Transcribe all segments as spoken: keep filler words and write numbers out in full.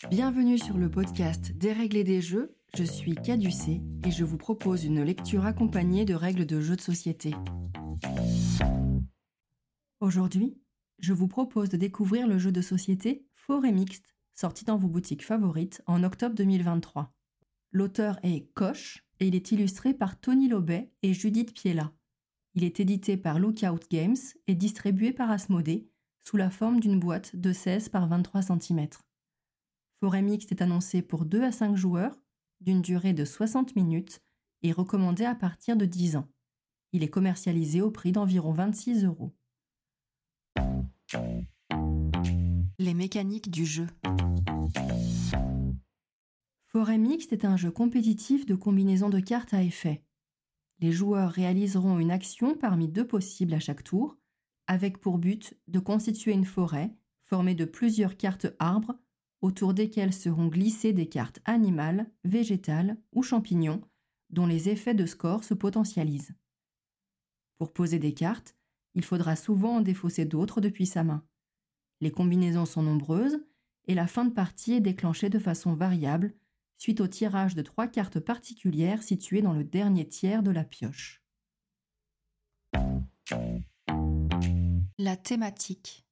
Bienvenue sur le podcast Dérégler des jeux, je suis Caducée et je vous propose une lecture accompagnée de règles de jeux de société. Aujourd'hui, je vous propose de découvrir le jeu de société Forêt Mixte, sorti dans vos boutiques favorites en octobre deux mille vingt-trois. L'auteur est Koch et il est illustré par Tony Lobet et Judith Piella. Il est édité par Lookout Games et distribué par Asmodée sous la forme d'une boîte de seize par vingt-trois centimètres. Forêt Mixte est annoncé pour deux à cinq joueurs, d'une durée de soixante minutes et recommandé à partir de dix ans. Il est commercialisé au prix d'environ vingt-six euros. Les mécaniques du jeu. Forêt Mixte est un jeu compétitif de combinaison de cartes à effet. Les joueurs réaliseront une action parmi deux possibles à chaque tour, avec pour but de constituer une forêt formée de plusieurs cartes arbres autour desquelles seront glissées des cartes animales, végétales ou champignons dont les effets de score se potentialisent. Pour poser des cartes, il faudra souvent en défausser d'autres depuis sa main. Les combinaisons sont nombreuses et la fin de partie est déclenchée de façon variable suite au tirage de trois cartes particulières situées dans le dernier tiers de la pioche. La thématique.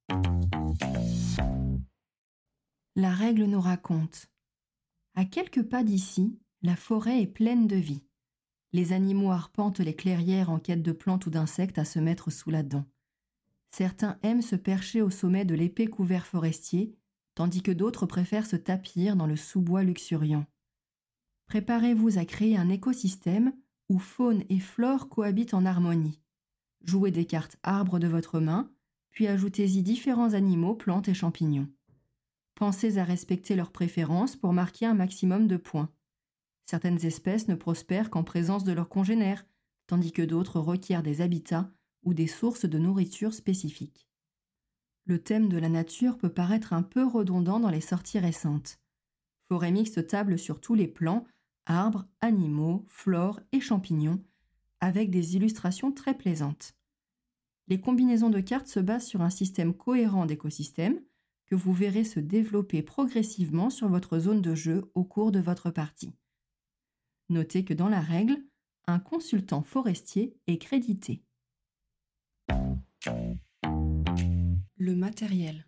La règle nous raconte. À quelques pas d'ici, la forêt est pleine de vie. Les animaux arpentent les clairières en quête de plantes ou d'insectes à se mettre sous la dent. Certains aiment se percher au sommet de l'épais couvert forestier, tandis que d'autres préfèrent se tapir dans le sous-bois luxuriant. Préparez-vous à créer un écosystème où faune et flore cohabitent en harmonie. Jouez des cartes arbres de votre main, puis ajoutez-y différents animaux, plantes et champignons. Pensez à respecter leurs préférences pour marquer un maximum de points. Certaines espèces ne prospèrent qu'en présence de leurs congénères, tandis que d'autres requièrent des habitats ou des sources de nourriture spécifiques. Le thème de la nature peut paraître un peu redondant dans les sorties récentes. Forêt Mixte table sur tous les plans, arbres, animaux, flore et champignons, avec des illustrations très plaisantes. Les combinaisons de cartes se basent sur un système cohérent d'écosystèmes que vous verrez se développer progressivement sur votre zone de jeu au cours de votre partie. Notez que dans la règle, un consultant forestier est crédité. Le matériel.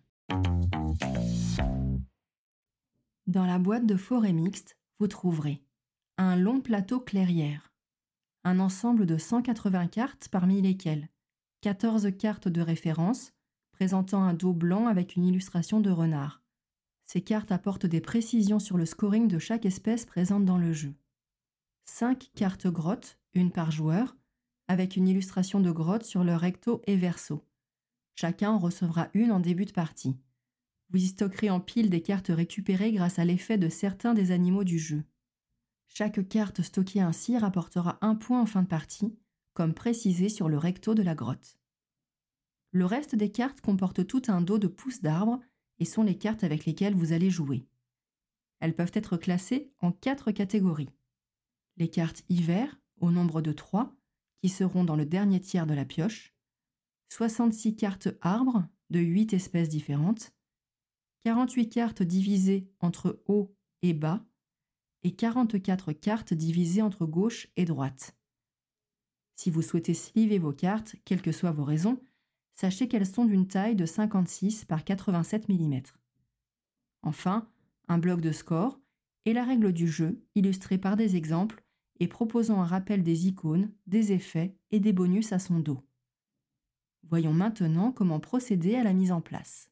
Dans la boîte de Forêt Mixte, vous trouverez un long plateau clairière, un ensemble de cent quatre-vingts cartes parmi lesquelles quatorze cartes de référence présentant un dos blanc avec une illustration de renard. Ces cartes apportent des précisions sur le scoring de chaque espèce présente dans le jeu. cinq cartes grottes, une par joueur, avec une illustration de grotte sur le recto et verso. Chacun en recevra une en début de partie. Vous y stockerez en pile des cartes récupérées grâce à l'effet de certains des animaux du jeu. Chaque carte stockée ainsi rapportera un point en fin de partie, comme précisé sur le recto de la grotte. Le reste des cartes comporte tout un dos de pousses d'arbres et sont les cartes avec lesquelles vous allez jouer. Elles peuvent être classées en quatre catégories. Les cartes hiver, au nombre de trois, qui seront dans le dernier tiers de la pioche, soixante-six cartes arbres de huit espèces différentes, quarante-huit cartes divisées entre haut et bas et quarante-quatre cartes divisées entre gauche et droite. Si vous souhaitez sliver vos cartes, quelles que soient vos raisons, sachez qu'elles sont d'une taille de cinquante-six par quatre-vingt-sept millimètres. Enfin, un bloc de score et la règle du jeu, illustrée par des exemples et proposant un rappel des icônes, des effets et des bonus à son dos. Voyons maintenant comment procéder à la mise en place.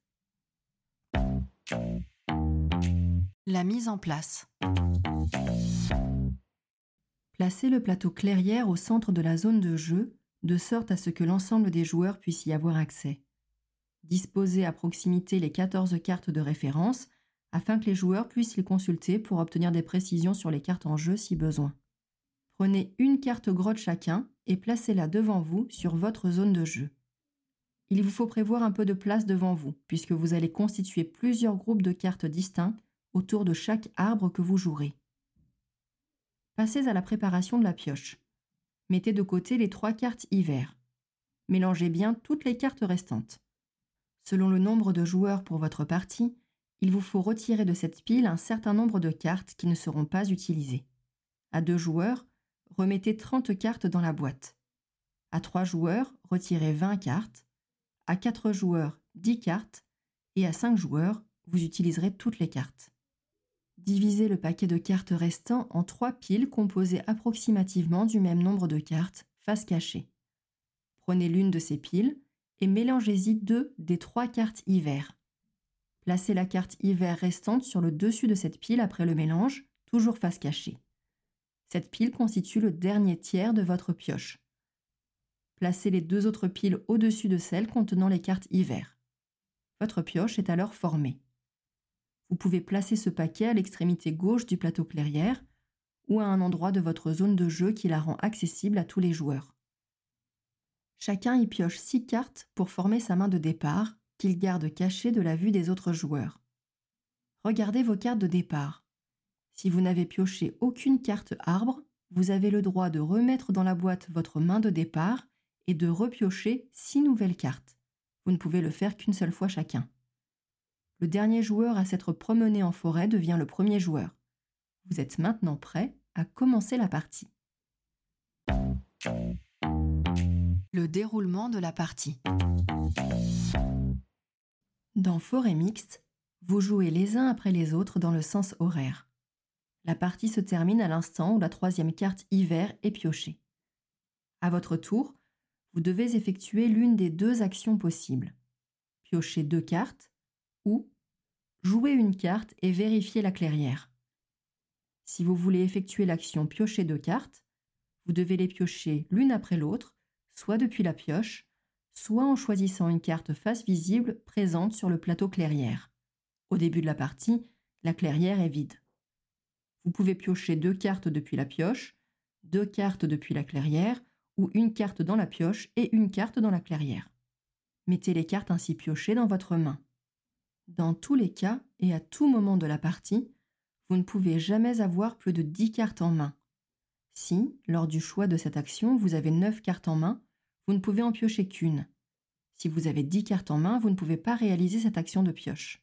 La mise en place. Placez le plateau clairière au centre de la zone de jeu, de sorte à ce que l'ensemble des joueurs puissent y avoir accès. Disposez à proximité les quatorze cartes de référence, afin que les joueurs puissent les consulter pour obtenir des précisions sur les cartes en jeu si besoin. Prenez une carte grotte chacun et placez-la devant vous sur votre zone de jeu. Il vous faut prévoir un peu de place devant vous, puisque vous allez constituer plusieurs groupes de cartes distincts autour de chaque arbre que vous jouerez. Passez à la préparation de la pioche. Mettez de côté les trois cartes hiver. Mélangez bien toutes les cartes restantes. Selon le nombre de joueurs pour votre partie, il vous faut retirer de cette pile un certain nombre de cartes qui ne seront pas utilisées. À deux joueurs, remettez trente cartes dans la boîte. À trois joueurs, retirez vingt cartes. À quatre joueurs, dix cartes. Et à cinq joueurs, vous utiliserez toutes les cartes. Divisez le paquet de cartes restant en trois piles composées approximativement du même nombre de cartes, face cachée. Prenez l'une de ces piles et mélangez-y deux des trois cartes hiver. Placez la carte hiver restante sur le dessus de cette pile après le mélange, toujours face cachée. Cette pile constitue le dernier tiers de votre pioche. Placez les deux autres piles au-dessus de celle contenant les cartes hiver. Votre pioche est alors formée. Vous pouvez placer ce paquet à l'extrémité gauche du plateau clairière ou à un endroit de votre zone de jeu qui la rend accessible à tous les joueurs. Chacun y pioche six cartes pour former sa main de départ, qu'il garde cachée de la vue des autres joueurs. Regardez vos cartes de départ. Si vous n'avez pioché aucune carte arbre, vous avez le droit de remettre dans la boîte votre main de départ et de repiocher six nouvelles cartes. Vous ne pouvez le faire qu'une seule fois chacun. Le dernier joueur à s'être promené en forêt devient le premier joueur. Vous êtes maintenant prêt à commencer la partie. Le déroulement de la partie. Dans Forêt mixte, vous jouez les uns après les autres dans le sens horaire. La partie se termine à l'instant où la troisième carte hiver est piochée. À votre tour, vous devez effectuer l'une des deux actions possibles. Piocher deux cartes ou jouer une carte et vérifier la clairière. Si vous voulez effectuer l'action piocher deux cartes, vous devez les piocher l'une après l'autre, soit depuis la pioche, soit en choisissant une carte face visible présente sur le plateau clairière. Au début de la partie, la clairière est vide. Vous pouvez piocher deux cartes depuis la pioche, deux cartes depuis la clairière, ou une carte dans la pioche et une carte dans la clairière. Mettez les cartes ainsi piochées dans votre main. Dans tous les cas et à tout moment de la partie, vous ne pouvez jamais avoir plus de dix cartes en main. Si, lors du choix de cette action, vous avez neuf cartes en main, vous ne pouvez en piocher qu'une. Si vous avez dix cartes en main, vous ne pouvez pas réaliser cette action de pioche.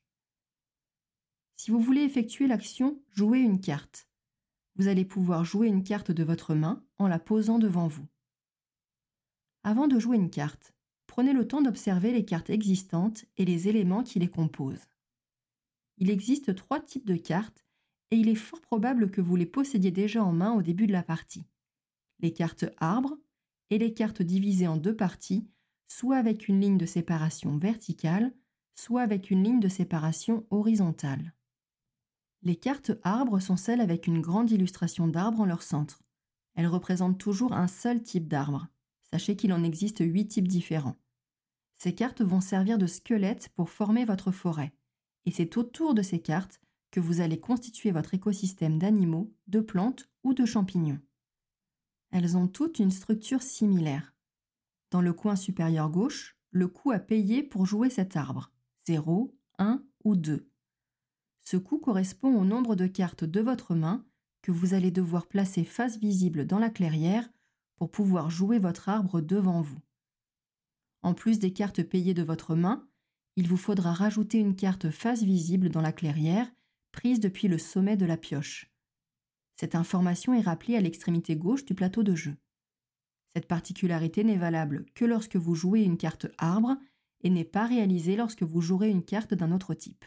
Si vous voulez effectuer l'action « Jouer une carte », vous allez pouvoir jouer une carte de votre main en la posant devant vous. Avant de jouer une carte, prenez le temps d'observer les cartes existantes et les éléments qui les composent. Il existe trois types de cartes et il est fort probable que vous les possédiez déjà en main au début de la partie. Les cartes arbres et les cartes divisées en deux parties, soit avec une ligne de séparation verticale, soit avec une ligne de séparation horizontale. Les cartes arbres sont celles avec une grande illustration d'arbre en leur centre. Elles représentent toujours un seul type d'arbre. Sachez qu'il en existe huit types différents. Ces cartes vont servir de squelette pour former votre forêt, et c'est autour de ces cartes que vous allez constituer votre écosystème d'animaux, de plantes ou de champignons. Elles ont toutes une structure similaire. Dans le coin supérieur gauche, le coût à payer pour jouer cet arbre, zéro, un ou deux. Ce coût correspond au nombre de cartes de votre main que vous allez devoir placer face visible dans la clairière pour pouvoir jouer votre arbre devant vous. En plus des cartes payées de votre main, il vous faudra rajouter une carte face visible dans la clairière prise depuis le sommet de la pioche. Cette information est rappelée à l'extrémité gauche du plateau de jeu. Cette particularité n'est valable que lorsque vous jouez une carte arbre et n'est pas réalisée lorsque vous jouerez une carte d'un autre type.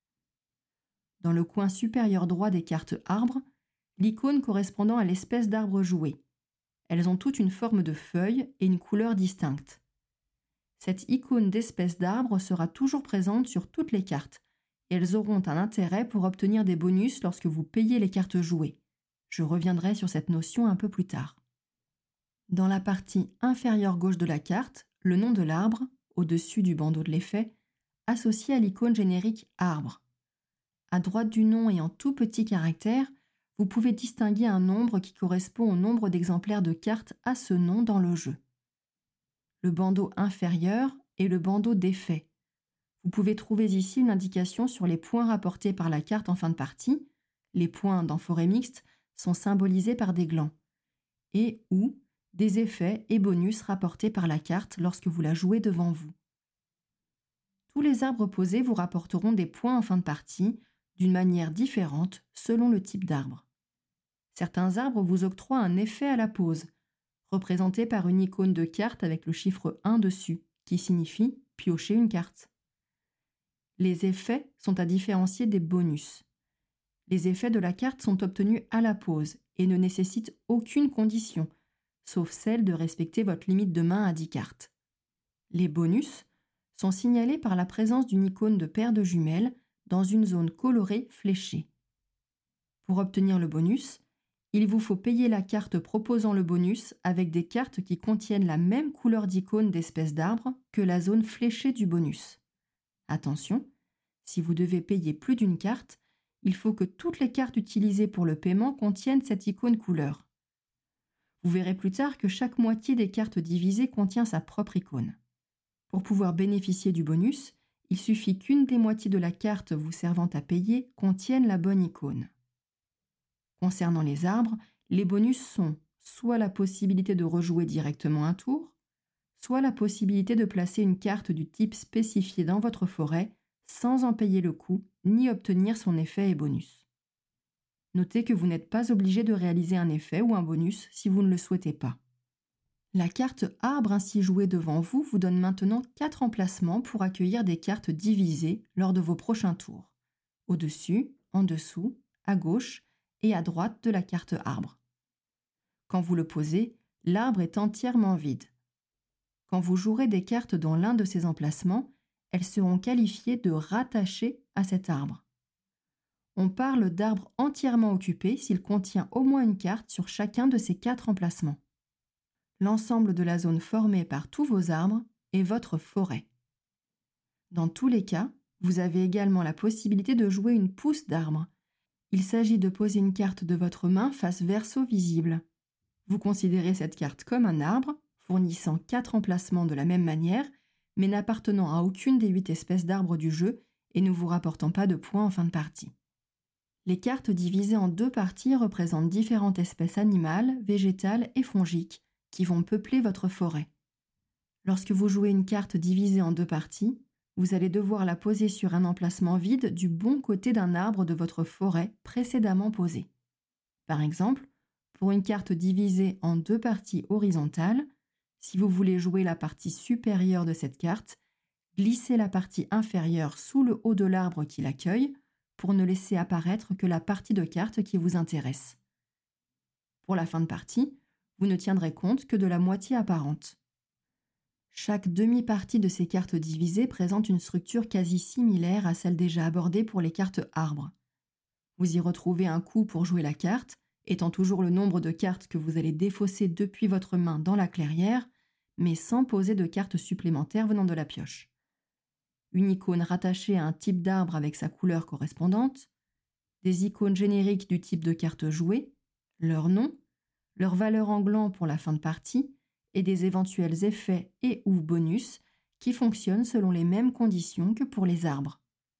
Dans le coin supérieur droit des cartes arbres, l'icône correspondant à l'espèce d'arbre joué. Elles ont toutes une forme de feuille et une couleur distincte. Cette icône d'espèce d'arbre sera toujours présente sur toutes les cartes et elles auront un intérêt pour obtenir des bonus lorsque vous payez les cartes jouées. Je reviendrai sur cette notion un peu plus tard. Dans la partie inférieure gauche de la carte, le nom de l'arbre, au-dessus du bandeau de l'effet, associé à l'icône générique arbre. À droite du nom et en tout petits caractères, vous pouvez distinguer un nombre qui correspond au nombre d'exemplaires de cartes à ce nom dans le jeu. Le bandeau inférieur est le bandeau d'effet. Vous pouvez trouver ici une indication sur les points rapportés par la carte en fin de partie. Les points dans Forêt mixte sont symbolisés par des glands. Et ou des effets et bonus rapportés par la carte lorsque vous la jouez devant vous. Tous les arbres posés vous rapporteront des points en fin de partie, d'une manière différente selon le type d'arbre. Certains arbres vous octroient un effet à la pose, représenté par une icône de carte avec le chiffre un dessus, qui signifie piocher une carte. Les effets sont à différencier des bonus. Les effets de la carte sont obtenus à la pose et ne nécessitent aucune condition, sauf celle de respecter votre limite de main à dix cartes. Les bonus sont signalés par la présence d'une icône de paire de jumelles dans une zone colorée fléchée. Pour obtenir le bonus, il vous faut payer la carte proposant le bonus avec des cartes qui contiennent la même couleur d'icône d'espèce d'arbre que la zone fléchée du bonus. Attention, si vous devez payer plus d'une carte, il faut que toutes les cartes utilisées pour le paiement contiennent cette icône couleur. Vous verrez plus tard que chaque moitié des cartes divisées contient sa propre icône. Pour pouvoir bénéficier du bonus, il suffit qu'une des moitiés de la carte vous servant à payer contienne la bonne icône. Concernant les arbres, les bonus sont soit la possibilité de rejouer directement un tour, soit la possibilité de placer une carte du type spécifié dans votre forêt sans en payer le coût ni obtenir son effet et bonus. Notez que vous n'êtes pas obligé de réaliser un effet ou un bonus si vous ne le souhaitez pas. La carte arbre ainsi jouée devant vous vous donne maintenant quatre emplacements pour accueillir des cartes divisées lors de vos prochains tours, au-dessus, en dessous, à gauche et à droite de la carte arbre. Quand vous le posez, l'arbre est entièrement vide. Quand vous jouerez des cartes dans l'un de ces emplacements, elles seront qualifiées de rattachées à cet arbre. On parle d'arbre entièrement occupé s'il contient au moins une carte sur chacun de ces quatre emplacements. L'ensemble de la zone formée par tous vos arbres est votre forêt. Dans tous les cas, vous avez également la possibilité de jouer une pousse d'arbre. Il s'agit de poser une carte de votre main face verso visible. Vous considérez cette carte comme un arbre, fournissant quatre emplacements de la même manière, mais n'appartenant à aucune des huit espèces d'arbres du jeu et ne vous rapportant pas de points en fin de partie. Les cartes divisées en deux parties représentent différentes espèces animales, végétales et fongiques qui vont peupler votre forêt. Lorsque vous jouez une carte divisée en deux parties, vous allez devoir la poser sur un emplacement vide du bon côté d'un arbre de votre forêt précédemment posé. Par exemple, pour une carte divisée en deux parties horizontales, si vous voulez jouer la partie supérieure de cette carte, glissez la partie inférieure sous le haut de l'arbre qui l'accueille pour ne laisser apparaître que la partie de carte qui vous intéresse. Pour la fin de partie, vous ne tiendrez compte que de la moitié apparente. Chaque demi-partie de ces cartes divisées présente une structure quasi similaire à celle déjà abordée pour les cartes arbres. Vous y retrouvez un coup pour jouer la carte, étant toujours le nombre de cartes que vous allez défausser depuis votre main dans la clairière, mais sans poser de cartes supplémentaires venant de la pioche. Une icône rattachée à un type d'arbre avec sa couleur correspondante, des icônes génériques du type de carte jouée, leur nom, leur valeur en gland pour la fin de partie et des éventuels effets et ou bonus qui fonctionnent selon les mêmes conditions que pour les arbres.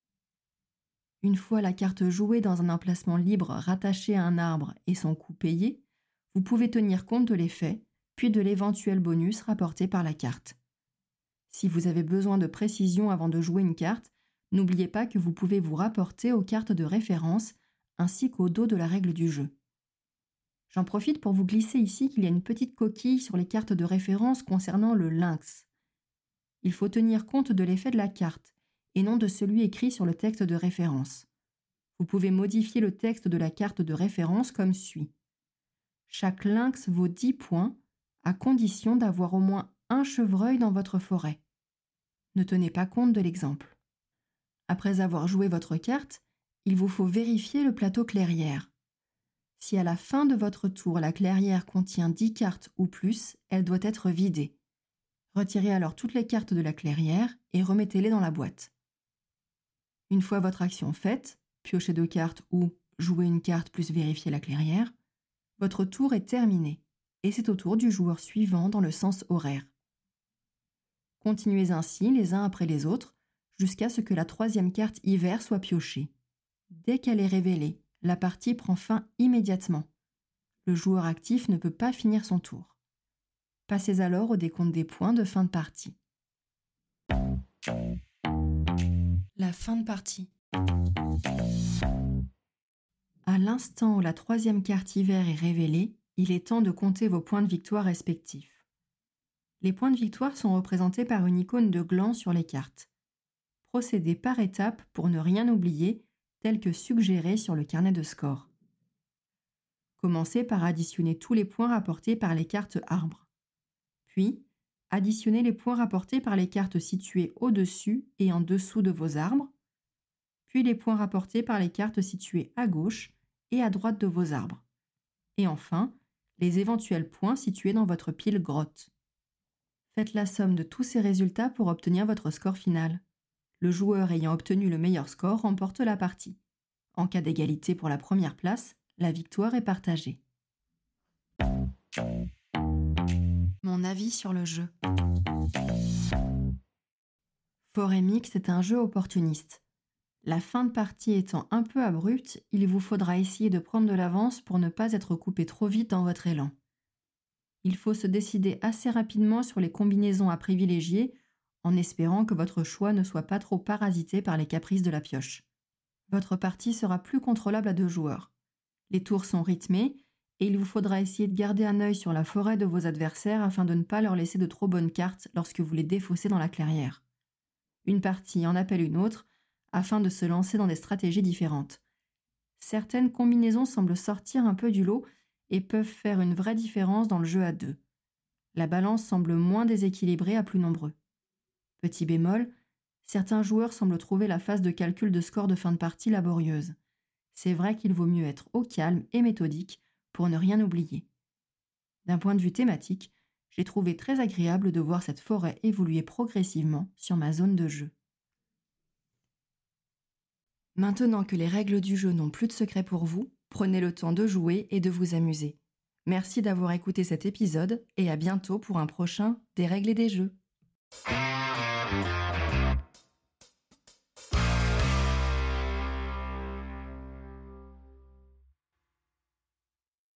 Une fois la carte jouée dans un emplacement libre rattaché à un arbre et son coût payé, vous pouvez tenir compte de l'effet, puis de l'éventuel bonus rapporté par la carte. Si vous avez besoin de précision avant de jouer une carte, n'oubliez pas que vous pouvez vous rapporter aux cartes de référence ainsi qu'au dos de la règle du jeu. J'en profite pour vous glisser ici qu'il y a une petite coquille sur les cartes de référence concernant le lynx. Il faut tenir compte de l'effet de la carte et non de celui écrit sur le texte de référence. Vous pouvez modifier le texte de la carte de référence comme suit. Chaque lynx vaut dix points à condition d'avoir au moins un chevreuil dans votre forêt. Ne tenez pas compte de l'exemple. Après avoir joué votre carte, il vous faut vérifier le plateau clairière. Si à la fin de votre tour la clairière contient dix cartes ou plus, elle doit être vidée. Retirez alors toutes les cartes de la clairière et remettez-les dans la boîte. Une fois votre action faite, piocher deux cartes ou jouer une carte plus vérifier la clairière, votre tour est terminé et c'est au tour du joueur suivant dans le sens horaire. Continuez ainsi les uns après les autres jusqu'à ce que la troisième carte hiver soit piochée. Dès qu'elle est révélée, la partie prend fin immédiatement. Le joueur actif ne peut pas finir son tour. Passez alors au décompte des points de fin de partie. La fin de partie. À l'instant où la troisième carte hiver est révélée, il est temps de compter vos points de victoire respectifs. Les points de victoire sont représentés par une icône de gland sur les cartes. Procédez par étapes pour ne rien oublier, tel que suggéré sur le carnet de score. Commencez par additionner tous les points rapportés par les cartes arbres. Puis, additionnez les points rapportés par les cartes situées au-dessus et en dessous de vos arbres, puis les points rapportés par les cartes situées à gauche et à droite de vos arbres, et enfin, les éventuels points situés dans votre pile grotte. Faites la somme de tous ces résultats pour obtenir votre score final. Le joueur ayant obtenu le meilleur score remporte la partie. En cas d'égalité pour la première place, la victoire est partagée. Mon avis sur le jeu. Forêt mixte est un jeu opportuniste. La fin de partie étant un peu abrupte, il vous faudra essayer de prendre de l'avance pour ne pas être coupé trop vite dans votre élan. Il faut se décider assez rapidement sur les combinaisons à privilégier en espérant que votre choix ne soit pas trop parasité par les caprices de la pioche. Votre partie sera plus contrôlable à deux joueurs. Les tours sont rythmés et il vous faudra essayer de garder un œil sur la forêt de vos adversaires afin de ne pas leur laisser de trop bonnes cartes lorsque vous les défaussez dans la clairière. Une partie en appelle une autre afin de se lancer dans des stratégies différentes. Certaines combinaisons semblent sortir un peu du lot et peuvent faire une vraie différence dans le jeu à deux. La balance semble moins déséquilibrée à plus nombreux. Petit bémol, certains joueurs semblent trouver la phase de calcul de score de fin de partie laborieuse. C'est vrai qu'il vaut mieux être au calme et méthodique pour ne rien oublier. D'un point de vue thématique, j'ai trouvé très agréable de voir cette forêt évoluer progressivement sur ma zone de jeu. Maintenant que les règles du jeu n'ont plus de secret pour vous, prenez le temps de jouer et de vous amuser. Merci d'avoir écouté cet épisode et à bientôt pour un prochain Des règles et des jeux.